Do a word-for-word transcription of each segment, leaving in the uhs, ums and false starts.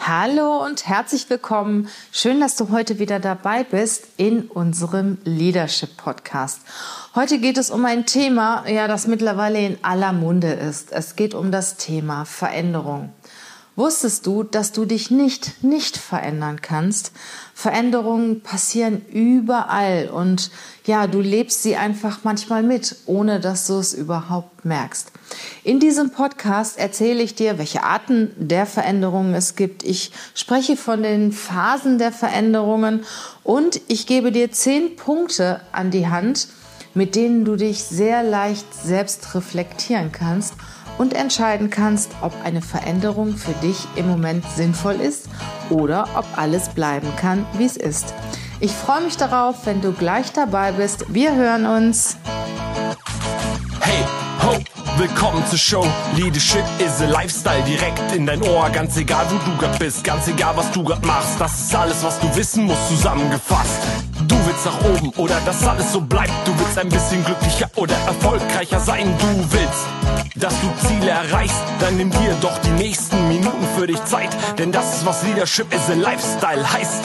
Hallo und herzlich willkommen. Schön, dass du heute wieder dabei bist in unserem Leadership Podcast. Heute geht es um ein Thema, ja, das mittlerweile in aller Munde ist. Es geht um das Thema Veränderung. Wusstest du, dass du dich nicht nicht verändern kannst? Veränderungen passieren überall und ja, du lebst sie einfach manchmal mit, ohne dass du es überhaupt merkst. In diesem Podcast erzähle ich dir, welche Arten der Veränderungen es gibt. Ich spreche von den Phasen der Veränderungen und ich gebe dir zehn Punkte an die Hand, mit denen du dich sehr leicht selbst reflektieren kannst und entscheiden kannst, ob eine Veränderung für dich im Moment sinnvoll ist oder ob alles bleiben kann, wie es ist. Ich freue mich darauf, wenn du gleich dabei bist. Wir hören uns. Hey, ho, willkommen zur Show. Leadership is a Lifestyle, direkt in dein Ohr. Ganz egal, wo du grad bist, ganz egal, was du grad machst. Das ist alles, was du wissen musst, zusammengefasst. Du willst nach oben oder dass alles so bleibt. Du willst ein bisschen glücklicher oder erfolgreicher sein. Du willst, dass du Ziele erreichst. Dann nimm dir doch die nächsten Minuten für dich Zeit. Denn das ist, was Leadership is a Lifestyle heißt.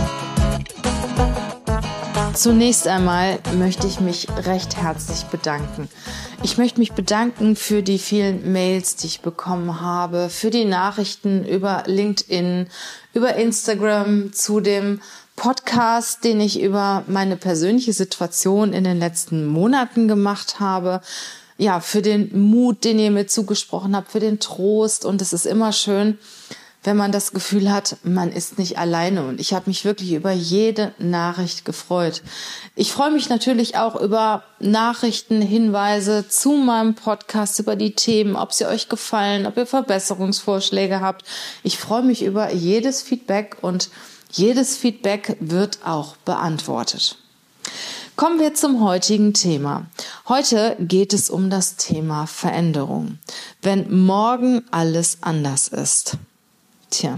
Zunächst einmal möchte ich mich recht herzlich bedanken. Ich möchte mich bedanken für die vielen Mails, die ich bekommen habe, für die Nachrichten über LinkedIn, über Instagram, zu dem Podcast, den ich über meine persönliche Situation in den letzten Monaten gemacht habe. Ja, für den Mut, den ihr mir zugesprochen habt, für den Trost. Und es ist immer schön, wenn man das Gefühl hat, man ist nicht alleine. Und ich habe mich wirklich über jede Nachricht gefreut. Ich freue mich natürlich auch über Nachrichten, Hinweise zu meinem Podcast, über die Themen, ob sie euch gefallen, ob ihr Verbesserungsvorschläge habt. Ich freue mich über jedes Feedback und jedes Feedback wird auch beantwortet. Kommen wir zum heutigen Thema. Heute geht es um das Thema Veränderung. Wenn morgen alles anders ist. Tja,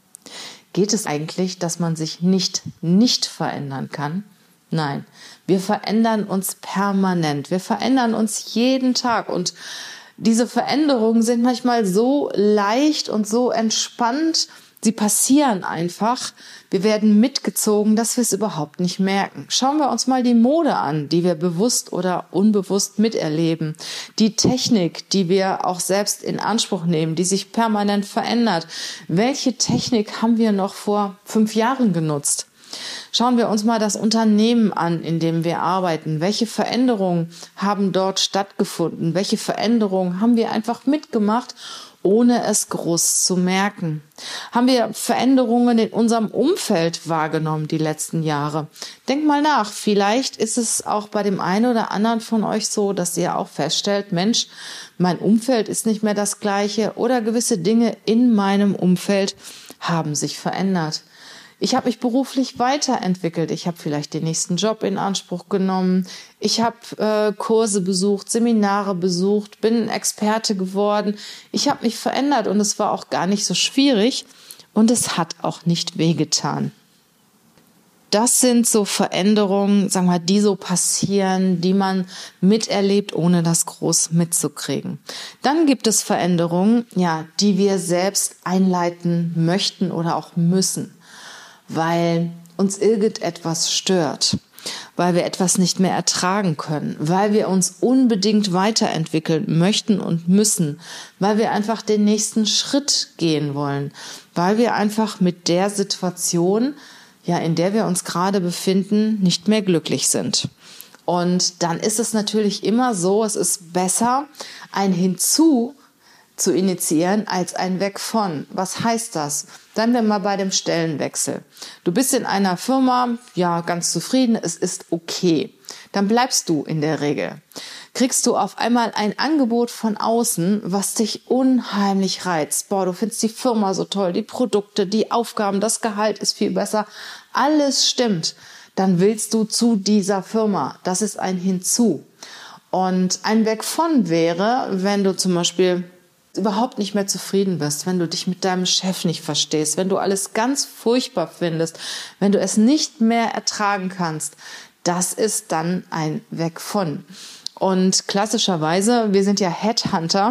geht es eigentlich, dass man sich nicht nicht verändern kann? Nein, wir verändern uns permanent. Wir verändern uns jeden Tag und diese Veränderungen sind manchmal so leicht und so entspannt. Sie passieren einfach. Wir werden mitgezogen, dass wir es überhaupt nicht merken. Schauen wir uns mal die Mode an, die wir bewusst oder unbewusst miterleben. Die Technik, die wir auch selbst in Anspruch nehmen, die sich permanent verändert. Welche Technik haben wir noch vor fünf Jahren genutzt? Schauen wir uns mal das Unternehmen an, in dem wir arbeiten. Welche Veränderungen haben dort stattgefunden? Welche Veränderungen haben wir einfach mitgemacht, ohne es groß zu merken? Haben wir Veränderungen in unserem Umfeld wahrgenommen die letzten Jahre? Denk mal nach, vielleicht ist es auch bei dem einen oder anderen von euch so, dass ihr auch feststellt, Mensch, mein Umfeld ist nicht mehr das gleiche oder gewisse Dinge in meinem Umfeld haben sich verändert. Ich habe mich beruflich weiterentwickelt. Ich habe vielleicht den nächsten Job in Anspruch genommen. Ich habe äh, Kurse besucht, Seminare besucht, bin Experte geworden. Ich habe mich verändert und es war auch gar nicht so schwierig und es hat auch nicht wehgetan. Das sind so Veränderungen, sagen wir, die so passieren, die man miterlebt, ohne das groß mitzukriegen. Dann gibt es Veränderungen, ja, die wir selbst einleiten möchten oder auch müssen, weil uns irgendetwas stört, weil wir etwas nicht mehr ertragen können, weil wir uns unbedingt weiterentwickeln möchten und müssen, weil wir einfach den nächsten Schritt gehen wollen, weil wir einfach mit der Situation, ja, in der wir uns gerade befinden, nicht mehr glücklich sind. Und dann ist es natürlich immer so, es ist besser, ein Hinzu zu initiieren als ein Weg von. Was heißt das? Bleiben wir mal bei dem Stellenwechsel. Du bist in einer Firma, ja, ganz zufrieden, es ist okay. Dann bleibst du in der Regel. Kriegst du auf einmal ein Angebot von außen, was dich unheimlich reizt. Boah, du findest die Firma so toll, die Produkte, die Aufgaben, das Gehalt ist viel besser. Alles stimmt. Dann willst du zu dieser Firma. Das ist ein Hinzu. Und ein Weg von wäre, wenn du zum Beispiel überhaupt nicht mehr zufrieden bist, wenn du dich mit deinem Chef nicht verstehst, wenn du alles ganz furchtbar findest, wenn du es nicht mehr ertragen kannst, das ist dann ein Weg von. Und klassischerweise, wir sind ja Headhunter,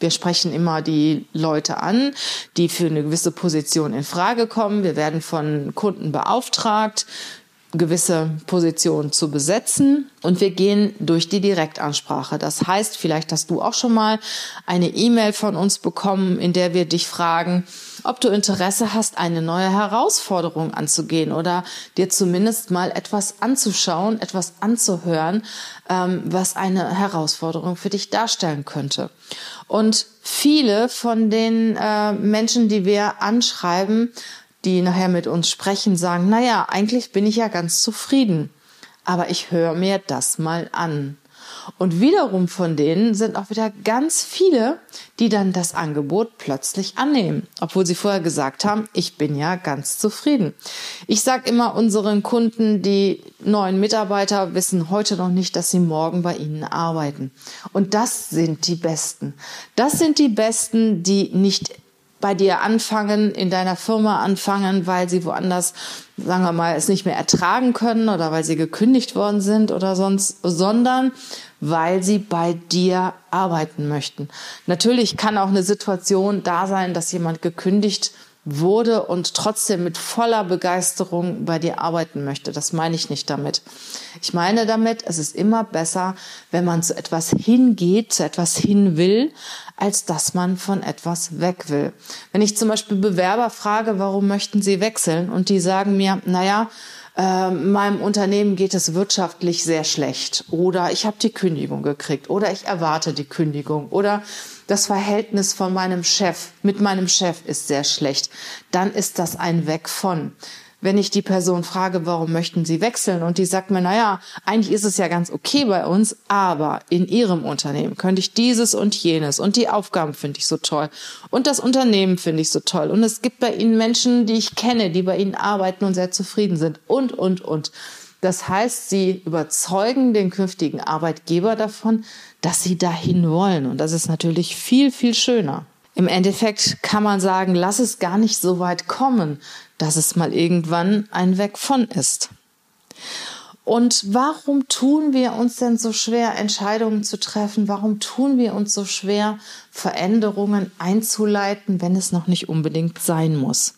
Wir sprechen immer die Leute an, die für eine gewisse Position in Frage kommen. Wir werden von Kunden beauftragt, gewisse Positionen zu besetzen, und wir gehen durch die Direktansprache. Das heißt, vielleicht hast du auch schon mal eine E-Mail von uns bekommen, in der wir dich fragen, ob du Interesse hast, eine neue Herausforderung anzugehen oder dir zumindest mal etwas anzuschauen, etwas anzuhören, ähm, was eine Herausforderung für dich darstellen könnte. Und viele von den äh, Menschen, die wir anschreiben, die nachher mit uns sprechen, sagen, naja, eigentlich bin ich ja ganz zufrieden, aber ich höre mir das mal an. Und wiederum von denen sind auch wieder ganz viele, die dann das Angebot plötzlich annehmen, obwohl sie vorher gesagt haben, ich bin ja ganz zufrieden. Ich sage immer unseren Kunden, die neuen Mitarbeiter wissen heute noch nicht, dass sie morgen bei ihnen arbeiten. Und das sind die Besten. Das sind die Besten, die nicht bei dir anfangen, in deiner Firma anfangen, weil sie woanders, sagen wir mal, es nicht mehr ertragen können oder weil sie gekündigt worden sind oder sonst, sondern weil sie bei dir arbeiten möchten. Natürlich kann auch eine Situation da sein, dass jemand gekündigt wurde und trotzdem mit voller Begeisterung bei dir arbeiten möchte. Das meine ich nicht damit. Ich meine damit, es ist immer besser, wenn man zu etwas hingeht, zu etwas hin will, als dass man von etwas weg will. Wenn ich zum Beispiel Bewerber frage, warum möchten sie wechseln, und die sagen mir, naja, äh, meinem Unternehmen geht es wirtschaftlich sehr schlecht, oder ich habe die Kündigung gekriegt, oder ich erwarte die Kündigung, oder das Verhältnis von meinem Chef mit meinem Chef ist sehr schlecht, dann ist das ein Weg von. Wenn ich die Person frage, warum möchten Sie wechseln, und die sagt mir, naja, eigentlich ist es ja ganz okay bei uns, aber in Ihrem Unternehmen könnte ich dieses und jenes, und die Aufgaben finde ich so toll und das Unternehmen finde ich so toll, und es gibt bei Ihnen Menschen, die ich kenne, die bei Ihnen arbeiten und sehr zufrieden sind, und, und, und. Das heißt, sie überzeugen den künftigen Arbeitgeber davon, dass sie dahin wollen. Und das ist natürlich viel, viel schöner. Im Endeffekt kann man sagen, lass es gar nicht so weit kommen, dass es mal irgendwann ein Weg von ist. Und warum tun wir uns denn so schwer, Entscheidungen zu treffen? Warum tun wir uns so schwer, Veränderungen einzuleiten, wenn es noch nicht unbedingt sein muss?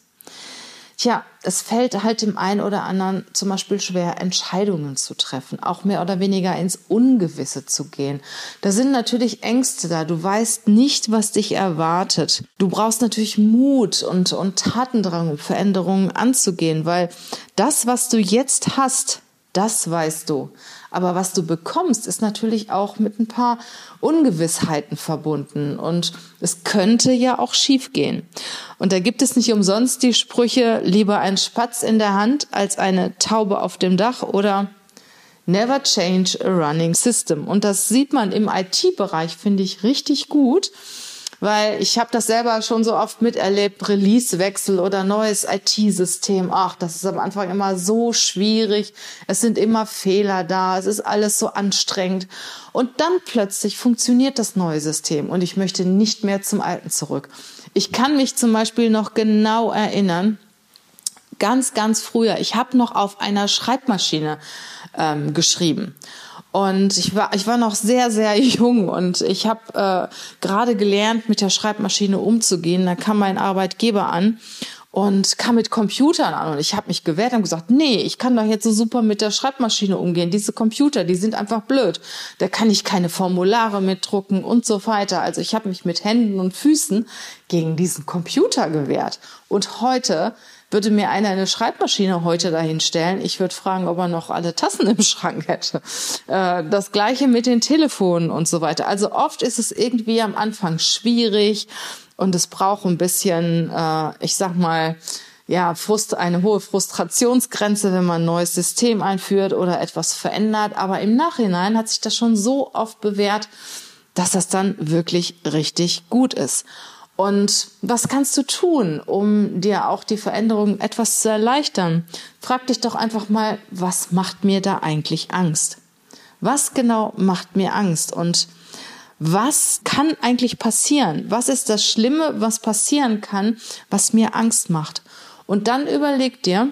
Tja, es fällt halt dem einen oder anderen zum Beispiel schwer, Entscheidungen zu treffen, auch mehr oder weniger ins Ungewisse zu gehen. Da sind natürlich Ängste da. Du weißt nicht, was dich erwartet. Du brauchst natürlich Mut und, und Tatendrang, um Veränderungen anzugehen, weil das, was du jetzt hast, das weißt du. Aber was du bekommst, ist natürlich auch mit ein paar Ungewissheiten verbunden. Und es könnte ja auch schief gehen. Und da gibt es nicht umsonst die Sprüche, lieber ein Spatz in der Hand als eine Taube auf dem Dach oder never change a running system. Und das sieht man im I T-Bereich, finde ich, richtig gut. Weil ich habe das selber schon so oft miterlebt, Releasewechsel oder neues I T-System. Ach, das ist am Anfang immer so schwierig. Es sind immer Fehler da. Es ist alles so anstrengend. Und dann plötzlich funktioniert das neue System und ich möchte nicht mehr zum Alten zurück. Ich kann mich zum Beispiel noch genau erinnern, ganz, ganz früher, ich habe noch auf einer Schreibmaschine ähm, geschrieben. Und ich war, ich war noch sehr, sehr jung und ich habe äh, gerade gelernt, mit der Schreibmaschine umzugehen. Da kam mein Arbeitgeber an und kam mit Computern an. Und ich habe mich gewehrt und gesagt, nee, ich kann doch jetzt so super mit der Schreibmaschine umgehen. Diese Computer, die sind einfach blöd. Da kann ich keine Formulare mitdrucken und so weiter. Also ich habe mich mit Händen und Füßen gegen diesen Computer gewehrt. Und heute würde mir einer eine Schreibmaschine heute dahinstellen, ich würde fragen, ob er noch alle Tassen im Schrank hätte. Äh, das Gleiche mit den Telefonen und so weiter. Also oft ist es irgendwie am Anfang schwierig und es braucht ein bisschen, äh, ich sag mal, ja, Frust, eine hohe Frustrationsgrenze, wenn man ein neues System einführt oder etwas verändert. Aber im Nachhinein hat sich das schon so oft bewährt, dass das dann wirklich richtig gut ist. Und was kannst du tun, um dir auch die Veränderung etwas zu erleichtern? Frag dich doch einfach mal, was macht mir da eigentlich Angst? Was genau macht mir Angst? Und was kann eigentlich passieren? Was ist das Schlimme, was passieren kann, was mir Angst macht? Und dann überleg dir,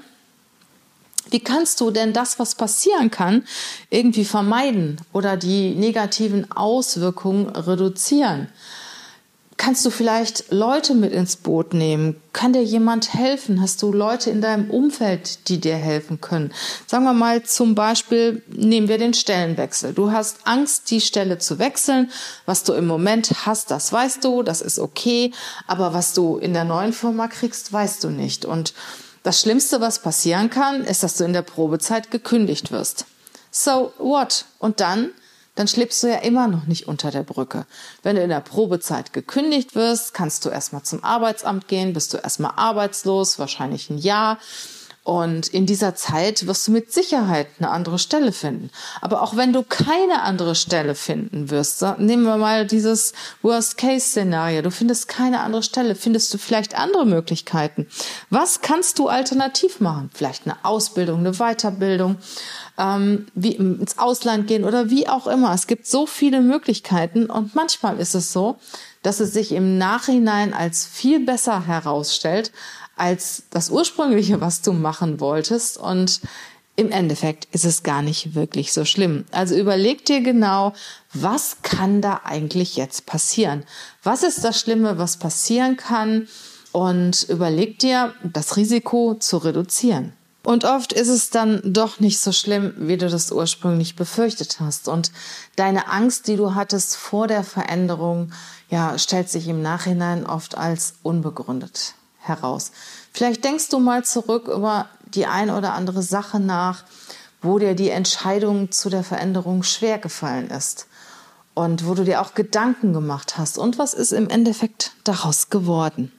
wie kannst du denn das, was passieren kann, irgendwie vermeiden oder die negativen Auswirkungen reduzieren? Kannst du vielleicht Leute mit ins Boot nehmen? Kann dir jemand helfen? Hast du Leute in deinem Umfeld, die dir helfen können? Sagen wir mal zum Beispiel, nehmen wir den Stellenwechsel. Du hast Angst, die Stelle zu wechseln. Was du im Moment hast, das weißt du, das ist okay. Aber was du in der neuen Firma kriegst, weißt du nicht. Und das Schlimmste, was passieren kann, ist, dass du in der Probezeit gekündigt wirst. So what? Und dann? Dann schläfst du ja immer noch nicht unter der Brücke. Wenn du in der Probezeit gekündigt wirst, kannst du erstmal zum Arbeitsamt gehen, bist du erstmal arbeitslos, wahrscheinlich ein Jahr. Und in dieser Zeit wirst du mit Sicherheit eine andere Stelle finden. Aber auch wenn du keine andere Stelle finden wirst, nehmen wir mal dieses Worst-Case-Szenario, du findest keine andere Stelle, findest du vielleicht andere Möglichkeiten. Was kannst du alternativ machen? Vielleicht eine Ausbildung, eine Weiterbildung, ähm, wie ins Ausland gehen oder wie auch immer. Es gibt so viele Möglichkeiten und manchmal ist es so, dass es sich im Nachhinein als viel besser herausstellt, als das ursprüngliche, was du machen wolltest. Und im Endeffekt ist es gar nicht wirklich so schlimm. Also überleg dir genau, was kann da eigentlich jetzt passieren? Was ist das Schlimme, was passieren kann? Und überleg dir, das Risiko zu reduzieren. Und oft ist es dann doch nicht so schlimm, wie du das ursprünglich befürchtet hast. Und deine Angst, die du hattest vor der Veränderung, ja, stellt sich im Nachhinein oft als unbegründet heraus. Vielleicht denkst du mal zurück über die ein oder andere Sache nach, wo dir die Entscheidung zu der Veränderung schwer gefallen ist und wo du dir auch Gedanken gemacht hast. Und was ist im Endeffekt daraus geworden?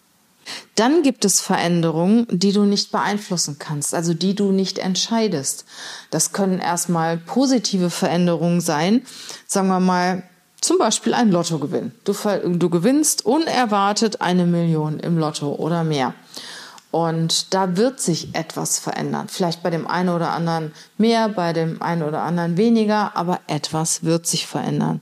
Dann gibt es Veränderungen, die du nicht beeinflussen kannst, also die du nicht entscheidest. Das können erstmal positive Veränderungen sein, sagen wir mal, zum Beispiel ein Lottogewinn. Du, du gewinnst unerwartet eine Million im Lotto oder mehr. Und da wird sich etwas verändern. Vielleicht bei dem einen oder anderen mehr, bei dem einen oder anderen weniger, aber etwas wird sich verändern.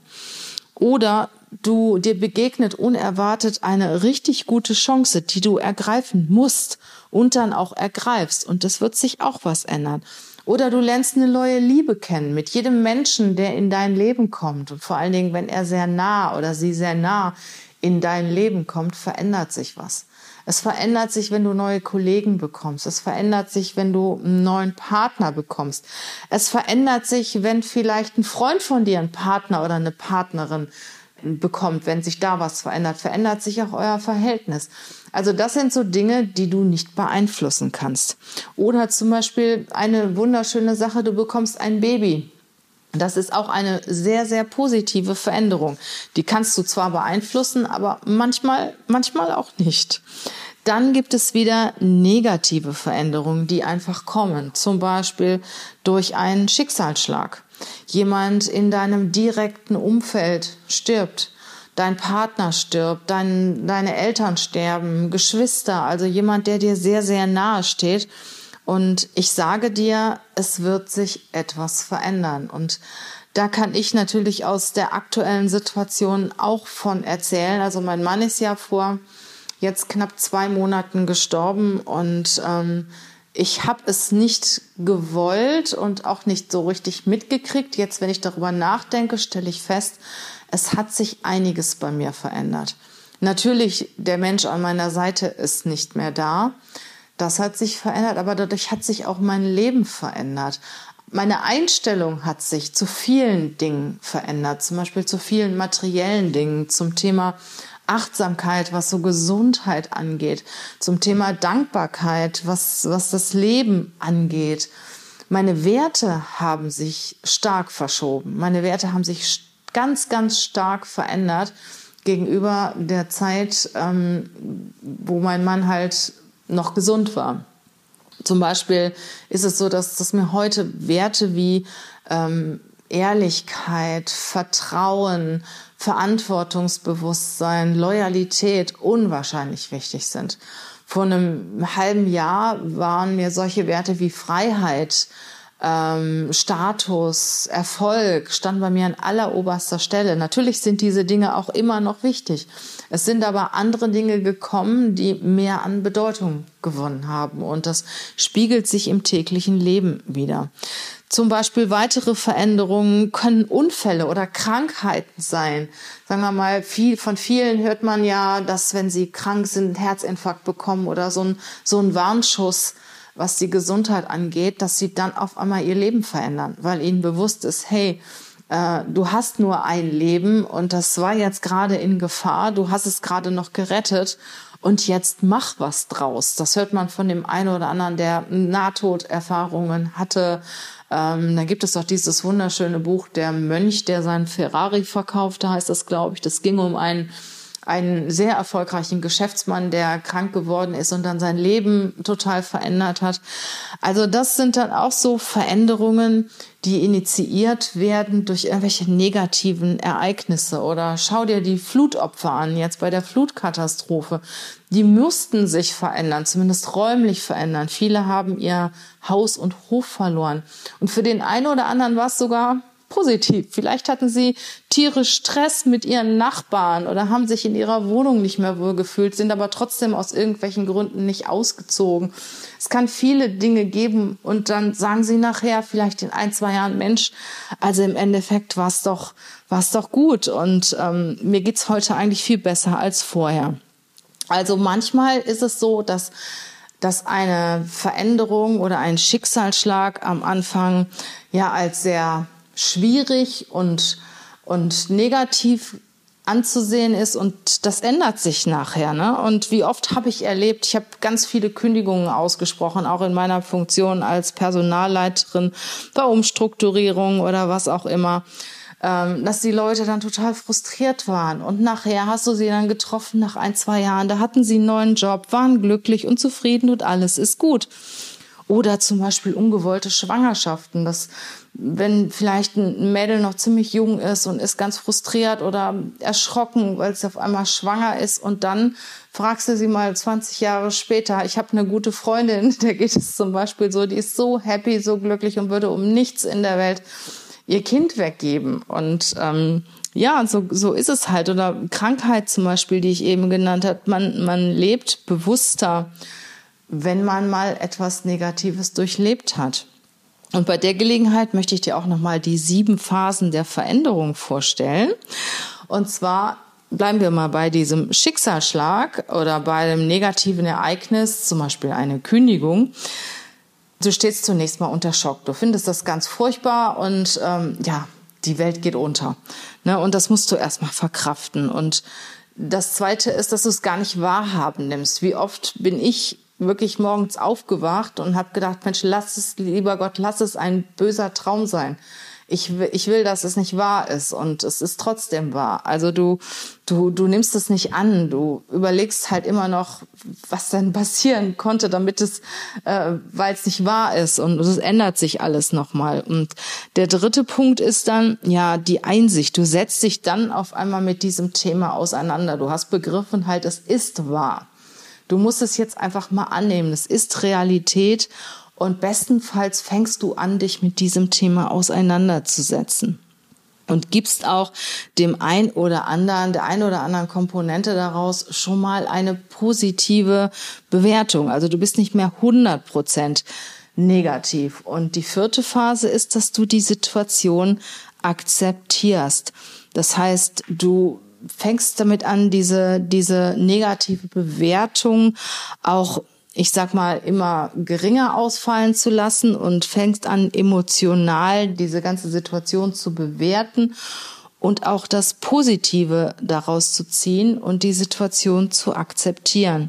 Oder du, dir begegnet unerwartet eine richtig gute Chance, die du ergreifen musst und dann auch ergreifst. Und es wird sich auch was ändern. Oder du lernst eine neue Liebe kennen mit jedem Menschen, der in dein Leben kommt. Und vor allen Dingen, wenn er sehr nah oder sie sehr nah in dein Leben kommt, verändert sich was. Es verändert sich, wenn du neue Kollegen bekommst. Es verändert sich, wenn du einen neuen Partner bekommst. Es verändert sich, wenn vielleicht ein Freund von dir einen Partner oder eine Partnerin bekommt. Wenn sich da was verändert, verändert sich auch euer Verhältnis. Also das sind so Dinge, die du nicht beeinflussen kannst. Oder zum Beispiel eine wunderschöne Sache, du bekommst ein Baby. Das ist auch eine sehr, sehr positive Veränderung. Die kannst du zwar beeinflussen, aber manchmal, manchmal auch nicht. Dann gibt es wieder negative Veränderungen, die einfach kommen. Zum Beispiel durch einen Schicksalsschlag. Jemand in deinem direkten Umfeld stirbt. Dein Partner stirbt, dein, deine Eltern sterben, Geschwister, also jemand, der dir sehr, sehr nahe steht. Und ich sage dir, es wird sich etwas verändern. Und da kann ich natürlich aus der aktuellen Situation auch von erzählen. Also mein Mann ist ja vor jetzt knapp zwei Monaten gestorben und ähm, ich habe es nicht gewollt und auch nicht so richtig mitgekriegt. Jetzt, wenn ich darüber nachdenke, stelle ich fest, es hat sich einiges bei mir verändert. Natürlich, der Mensch an meiner Seite ist nicht mehr da. Das hat sich verändert, aber dadurch hat sich auch mein Leben verändert. Meine Einstellung hat sich zu vielen Dingen verändert, zum Beispiel zu vielen materiellen Dingen, zum Thema Achtsamkeit, was so Gesundheit angeht, zum Thema Dankbarkeit, was, was das Leben angeht. Meine Werte haben sich stark verschoben. Meine Werte haben sich ganz, ganz stark verändert gegenüber der Zeit, ähm, wo mein Mann halt noch gesund war. Zum Beispiel ist es so, dass, dass mir heute Werte wie ähm, Ehrlichkeit, Vertrauen, Verantwortungsbewusstsein, Loyalität unwahrscheinlich wichtig sind. Vor einem halben Jahr waren mir solche Werte wie Freiheit, ähm, Status, Erfolg standen bei mir an alleroberster Stelle. Natürlich sind diese Dinge auch immer noch wichtig. Es sind aber andere Dinge gekommen, die mehr an Bedeutung gewonnen haben. Und das spiegelt sich im täglichen Leben wider. Zum Beispiel weitere Veränderungen können Unfälle oder Krankheiten sein. Sagen wir mal, viel, von vielen hört man ja, dass wenn sie krank sind, einen Herzinfarkt bekommen oder so ein, so ein Warnschuss, was die Gesundheit angeht, dass sie dann auf einmal ihr Leben verändern, weil ihnen bewusst ist, hey, äh, du hast nur ein Leben und das war jetzt gerade in Gefahr, du hast es gerade noch gerettet und jetzt mach was draus. Das hört man von dem einen oder anderen, der Nahtoderfahrungen hatte. Ähm, da gibt es doch dieses wunderschöne Buch, Der Mönch, der seinen Ferrari verkaufte, heißt das, glaube ich. Das ging um einen, einen sehr erfolgreichen Geschäftsmann, der krank geworden ist und dann sein Leben total verändert hat. Also das sind dann auch so Veränderungen, die initiiert werden durch irgendwelche negativen Ereignisse. Oder schau dir die Flutopfer an, jetzt bei der Flutkatastrophe. Die mussten sich verändern, zumindest räumlich verändern. Viele haben ihr Haus und Hof verloren. Und für den einen oder anderen war es sogar positiv. Vielleicht hatten sie tierisch Stress mit ihren Nachbarn oder haben sich in ihrer Wohnung nicht mehr wohlgefühlt, sind aber trotzdem aus irgendwelchen Gründen nicht ausgezogen. Es kann viele Dinge geben und dann sagen sie nachher vielleicht in ein, zwei Jahren, Mensch, also im Endeffekt war es doch, war es doch gut und ähm, mir geht's heute eigentlich viel besser als vorher. Also manchmal ist es so, dass dass eine Veränderung oder ein Schicksalsschlag am Anfang ja als sehr schwierig und, und negativ anzusehen ist und das ändert sich nachher, ne? Und wie oft habe ich erlebt, ich habe ganz viele Kündigungen ausgesprochen, auch in meiner Funktion als Personalleiterin bei Umstrukturierung oder was auch immer, ähm, dass die Leute dann total frustriert waren und nachher hast du sie dann getroffen nach ein, zwei Jahren, da hatten sie einen neuen Job, waren glücklich und zufrieden und alles ist gut. Oder zum Beispiel ungewollte Schwangerschaften, dass wenn vielleicht ein Mädel noch ziemlich jung ist und ist ganz frustriert oder erschrocken, weil sie auf einmal schwanger ist und dann fragst du sie mal zwanzig Jahre später, ich habe eine gute Freundin, der geht es zum Beispiel so, die ist so happy, so glücklich und würde um nichts in der Welt ihr Kind weggeben. Und ähm, ja, so, so ist es halt. Oder Krankheit zum Beispiel, die ich eben genannt habe, man, man lebt bewusster, wenn man mal etwas Negatives durchlebt hat. Und bei der Gelegenheit möchte ich dir auch nochmal die sieben Phasen der Veränderung vorstellen. Und zwar bleiben wir mal bei diesem Schicksalsschlag oder bei einem negativen Ereignis, zum Beispiel eine Kündigung. Du stehst zunächst mal unter Schock. Du findest das ganz furchtbar und ähm, ja, die Welt geht unter. Ne? Und das musst du erstmal verkraften. Und das Zweite ist, dass du es gar nicht wahrhaben nimmst. Wie oft bin ich wirklich morgens aufgewacht und habe gedacht, Mensch, lass es, lieber Gott, lass es ein böser Traum sein. Ich will, ich will, dass es nicht wahr ist und es ist trotzdem wahr. Also du, du, du nimmst es nicht an. Du überlegst halt immer noch, was denn passieren konnte, damit es, äh, weil es nicht wahr ist und es ändert sich alles nochmal. Und der dritte Punkt ist dann, ja, die Einsicht. Du setzt dich dann auf einmal mit diesem Thema auseinander. Du hast begriffen halt, es ist wahr. Du musst es jetzt einfach mal annehmen. Es ist Realität und bestenfalls fängst du an, dich mit diesem Thema auseinanderzusetzen und gibst auch dem ein oder anderen, der ein oder anderen Komponente daraus schon mal eine positive Bewertung. Also du bist nicht mehr hundert Prozent negativ. Und die vierte Phase ist, dass du die Situation akzeptierst. Das heißt, du fängst damit an, diese, diese negative Bewertung auch, ich sag mal, immer geringer ausfallen zu lassen und fängst an, emotional diese ganze Situation zu bewerten und auch das Positive daraus zu ziehen und die Situation zu akzeptieren.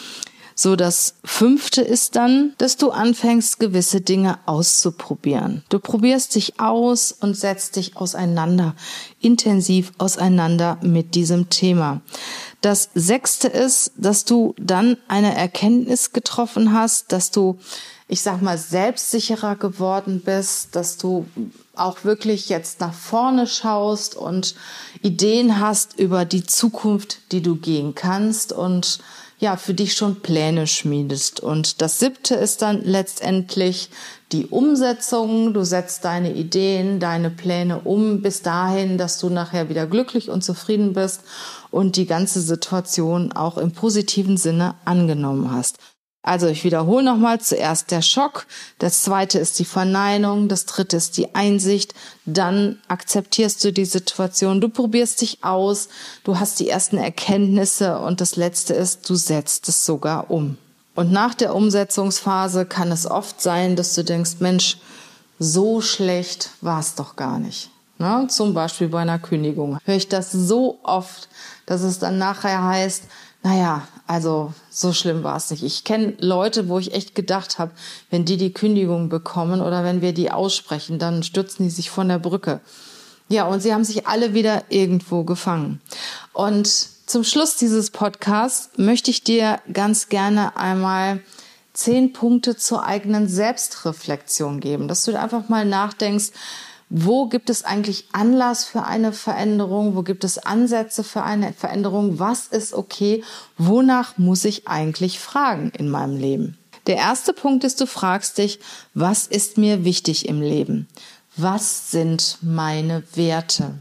So, das Fünfte ist dann, dass du anfängst, gewisse Dinge auszuprobieren. Du probierst dich aus und setzt dich auseinander, intensiv auseinander mit diesem Thema. Das Sechste ist, dass du dann eine Erkenntnis getroffen hast, dass du, ich sag mal, selbstsicherer geworden bist, dass du auch wirklich jetzt nach vorne schaust und Ideen hast über die Zukunft, die du gehen kannst und ja, für dich schon Pläne schmiedest. Und das Siebte ist dann letztendlich die Umsetzung. Du setzt deine Ideen, deine Pläne um bis dahin, dass du nachher wieder glücklich und zufrieden bist und die ganze Situation auch im positiven Sinne angenommen hast. Also ich wiederhole nochmal, zuerst der Schock, das zweite ist die Verneinung, das dritte ist die Einsicht, dann akzeptierst du die Situation, du probierst dich aus, du hast die ersten Erkenntnisse und das letzte ist, du setzt es sogar um. Und nach der Umsetzungsphase kann es oft sein, dass du denkst, Mensch, so schlecht war es doch gar nicht. Ne? Zum Beispiel bei einer Kündigung höre ich das so oft, dass es dann nachher heißt, naja, also so schlimm war es nicht. Ich kenne Leute, wo ich echt gedacht habe, wenn die die Kündigung bekommen oder wenn wir die aussprechen, dann stürzen die sich von der Brücke. Ja, und sie haben sich alle wieder irgendwo gefangen. Und zum Schluss dieses Podcasts möchte ich dir ganz gerne einmal zehn Punkte zur eigenen Selbstreflexion geben, dass du einfach mal nachdenkst, wo gibt es eigentlich Anlass für eine Veränderung? Wo gibt es Ansätze für eine Veränderung? Was ist okay? Wonach muss ich eigentlich fragen in meinem Leben? Der erste Punkt ist, du fragst dich, was ist mir wichtig im Leben? Was sind meine Werte?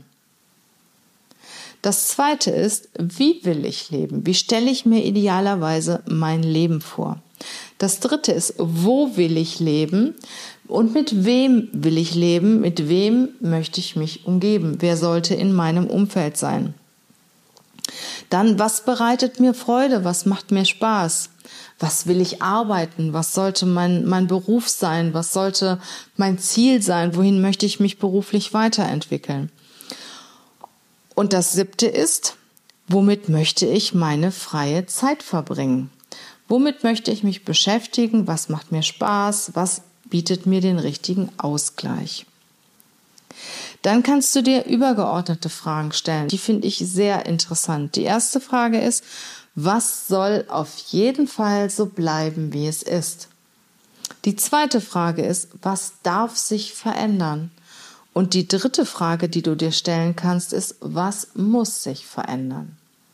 Das zweite ist, wie will ich leben? Wie stelle ich mir idealerweise mein Leben vor? Das dritte ist, wo will ich leben und mit wem will ich leben? Mit wem möchte ich mich umgeben? Wer sollte in meinem Umfeld sein? Dann, was bereitet mir Freude? Was macht mir Spaß? Was will ich arbeiten? Was sollte mein, mein Beruf sein? Was sollte mein Ziel sein? Wohin möchte ich mich beruflich weiterentwickeln? Und das siebte ist, womit möchte ich meine freie Zeit verbringen? Womit möchte ich mich beschäftigen? Was macht mir Spaß? Was bietet mir den richtigen Ausgleich? Dann kannst du dir übergeordnete Fragen stellen. Die finde ich sehr interessant. Die erste Frage ist, was soll auf jeden Fall so bleiben, wie es ist? Die zweite Frage ist, was darf sich verändern? Und die dritte Frage, die du dir stellen kannst, ist, was muss sich verändern?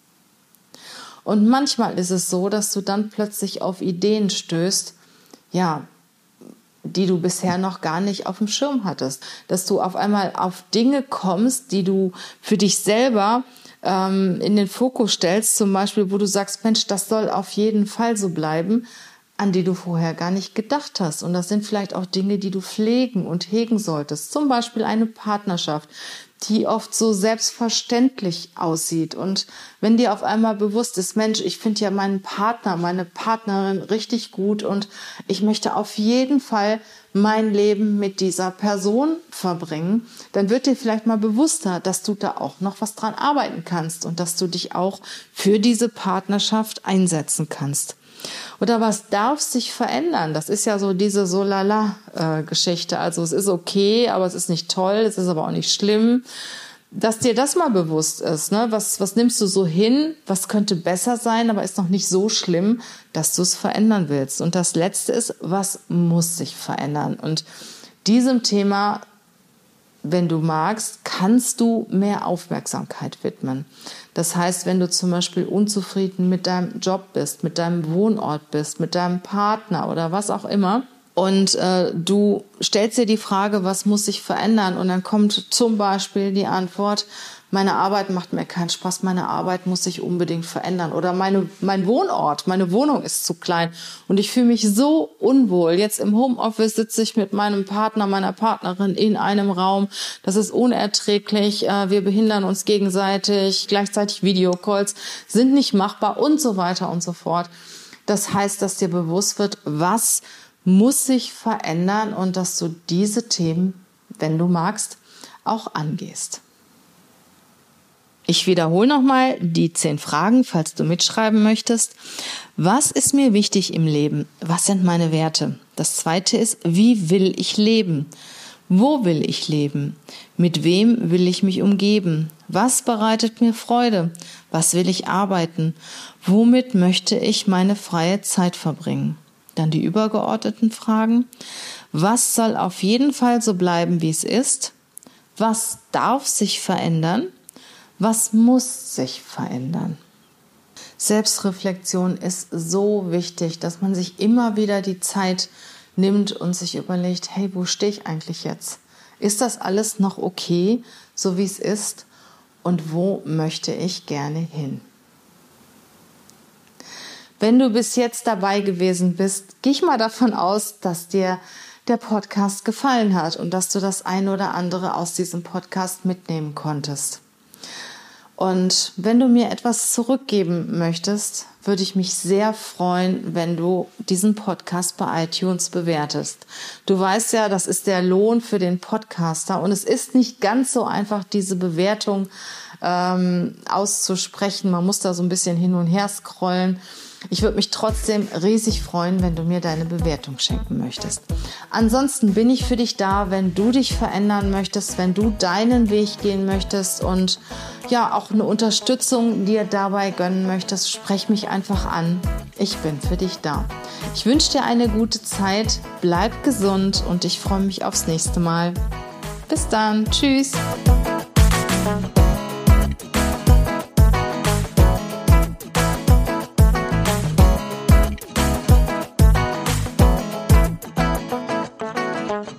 Und manchmal ist es so, dass du dann plötzlich auf Ideen stößt, ja, die du bisher noch gar nicht auf dem Schirm hattest. Dass du auf einmal auf Dinge kommst, die du für dich selber ähm, in den Fokus stellst, zum Beispiel, wo du sagst, Mensch, das soll auf jeden Fall so bleiben, an die du vorher gar nicht gedacht hast. Und das sind vielleicht auch Dinge, die du pflegen und hegen solltest. Zum Beispiel eine Partnerschaft, die oft so selbstverständlich aussieht. Und wenn dir auf einmal bewusst ist, Mensch, ich finde ja meinen Partner, meine Partnerin richtig gut und ich möchte auf jeden Fall mein Leben mit dieser Person verbringen, dann wird dir vielleicht mal bewusster, dass du da auch noch was dran arbeiten kannst und dass du dich auch für diese Partnerschaft einsetzen kannst. Oder was darf sich verändern? Das ist ja so diese So-Lala-Geschichte. Also es ist okay, aber es ist nicht toll, es ist aber auch nicht schlimm. Dass dir das mal bewusst ist, ne? Was, was nimmst du so hin? Was könnte besser sein, aber ist noch nicht so schlimm, dass du es verändern willst? Und das Letzte ist, was muss sich verändern? Und diesem Thema, wenn du magst, kannst du mehr Aufmerksamkeit widmen. Das heißt, wenn du zum Beispiel unzufrieden mit deinem Job bist, mit deinem Wohnort bist, mit deinem Partner oder was auch immer, und äh, du stellst dir die Frage, was muss sich verändern? Und dann kommt zum Beispiel die Antwort, meine Arbeit macht mir keinen Spaß, meine Arbeit muss sich unbedingt verändern. Oder meine, mein Wohnort, meine Wohnung ist zu klein und ich fühle mich so unwohl. Jetzt im Homeoffice sitze ich mit meinem Partner, meiner Partnerin in einem Raum. Das ist unerträglich. Wir behindern uns gegenseitig. Gleichzeitig Videocalls sind nicht machbar und so weiter und so fort. Das heißt, dass dir bewusst wird, was muss sich verändern und dass du diese Themen, wenn du magst, auch angehst. Ich wiederhole nochmal die zehn Fragen, falls du mitschreiben möchtest. Was ist mir wichtig im Leben? Was sind meine Werte? Das zweite ist, wie will ich leben? Wo will ich leben? Mit wem will ich mich umgeben? Was bereitet mir Freude? Was will ich arbeiten? Womit möchte ich meine freie Zeit verbringen? Dann die übergeordneten Fragen. Was soll auf jeden Fall so bleiben, wie es ist? Was darf sich verändern? Was muss sich verändern? Selbstreflexion ist so wichtig, dass man sich immer wieder die Zeit nimmt und sich überlegt, hey, wo stehe ich eigentlich jetzt? Ist das alles noch okay, so wie es ist? Und wo möchte ich gerne hin? Wenn du bis jetzt dabei gewesen bist, gehe ich mal davon aus, dass dir der Podcast gefallen hat und dass du das ein oder andere aus diesem Podcast mitnehmen konntest. Und wenn du mir etwas zurückgeben möchtest, würde ich mich sehr freuen, wenn du diesen Podcast bei iTunes bewertest. Du weißt ja, das ist der Lohn für den Podcaster und es ist nicht ganz so einfach, diese Bewertung ähm, auszusprechen. Man muss da so ein bisschen hin und her scrollen. Ich würde mich trotzdem riesig freuen, wenn du mir deine Bewertung schenken möchtest. Ansonsten bin ich für dich da, wenn du dich verändern möchtest, wenn du deinen Weg gehen möchtest und ja auch eine Unterstützung dir dabei gönnen möchtest, sprech mich einfach an. Ich bin für dich da. Ich wünsche dir eine gute Zeit, bleib gesund und ich freue mich aufs nächste Mal. Bis dann, tschüss.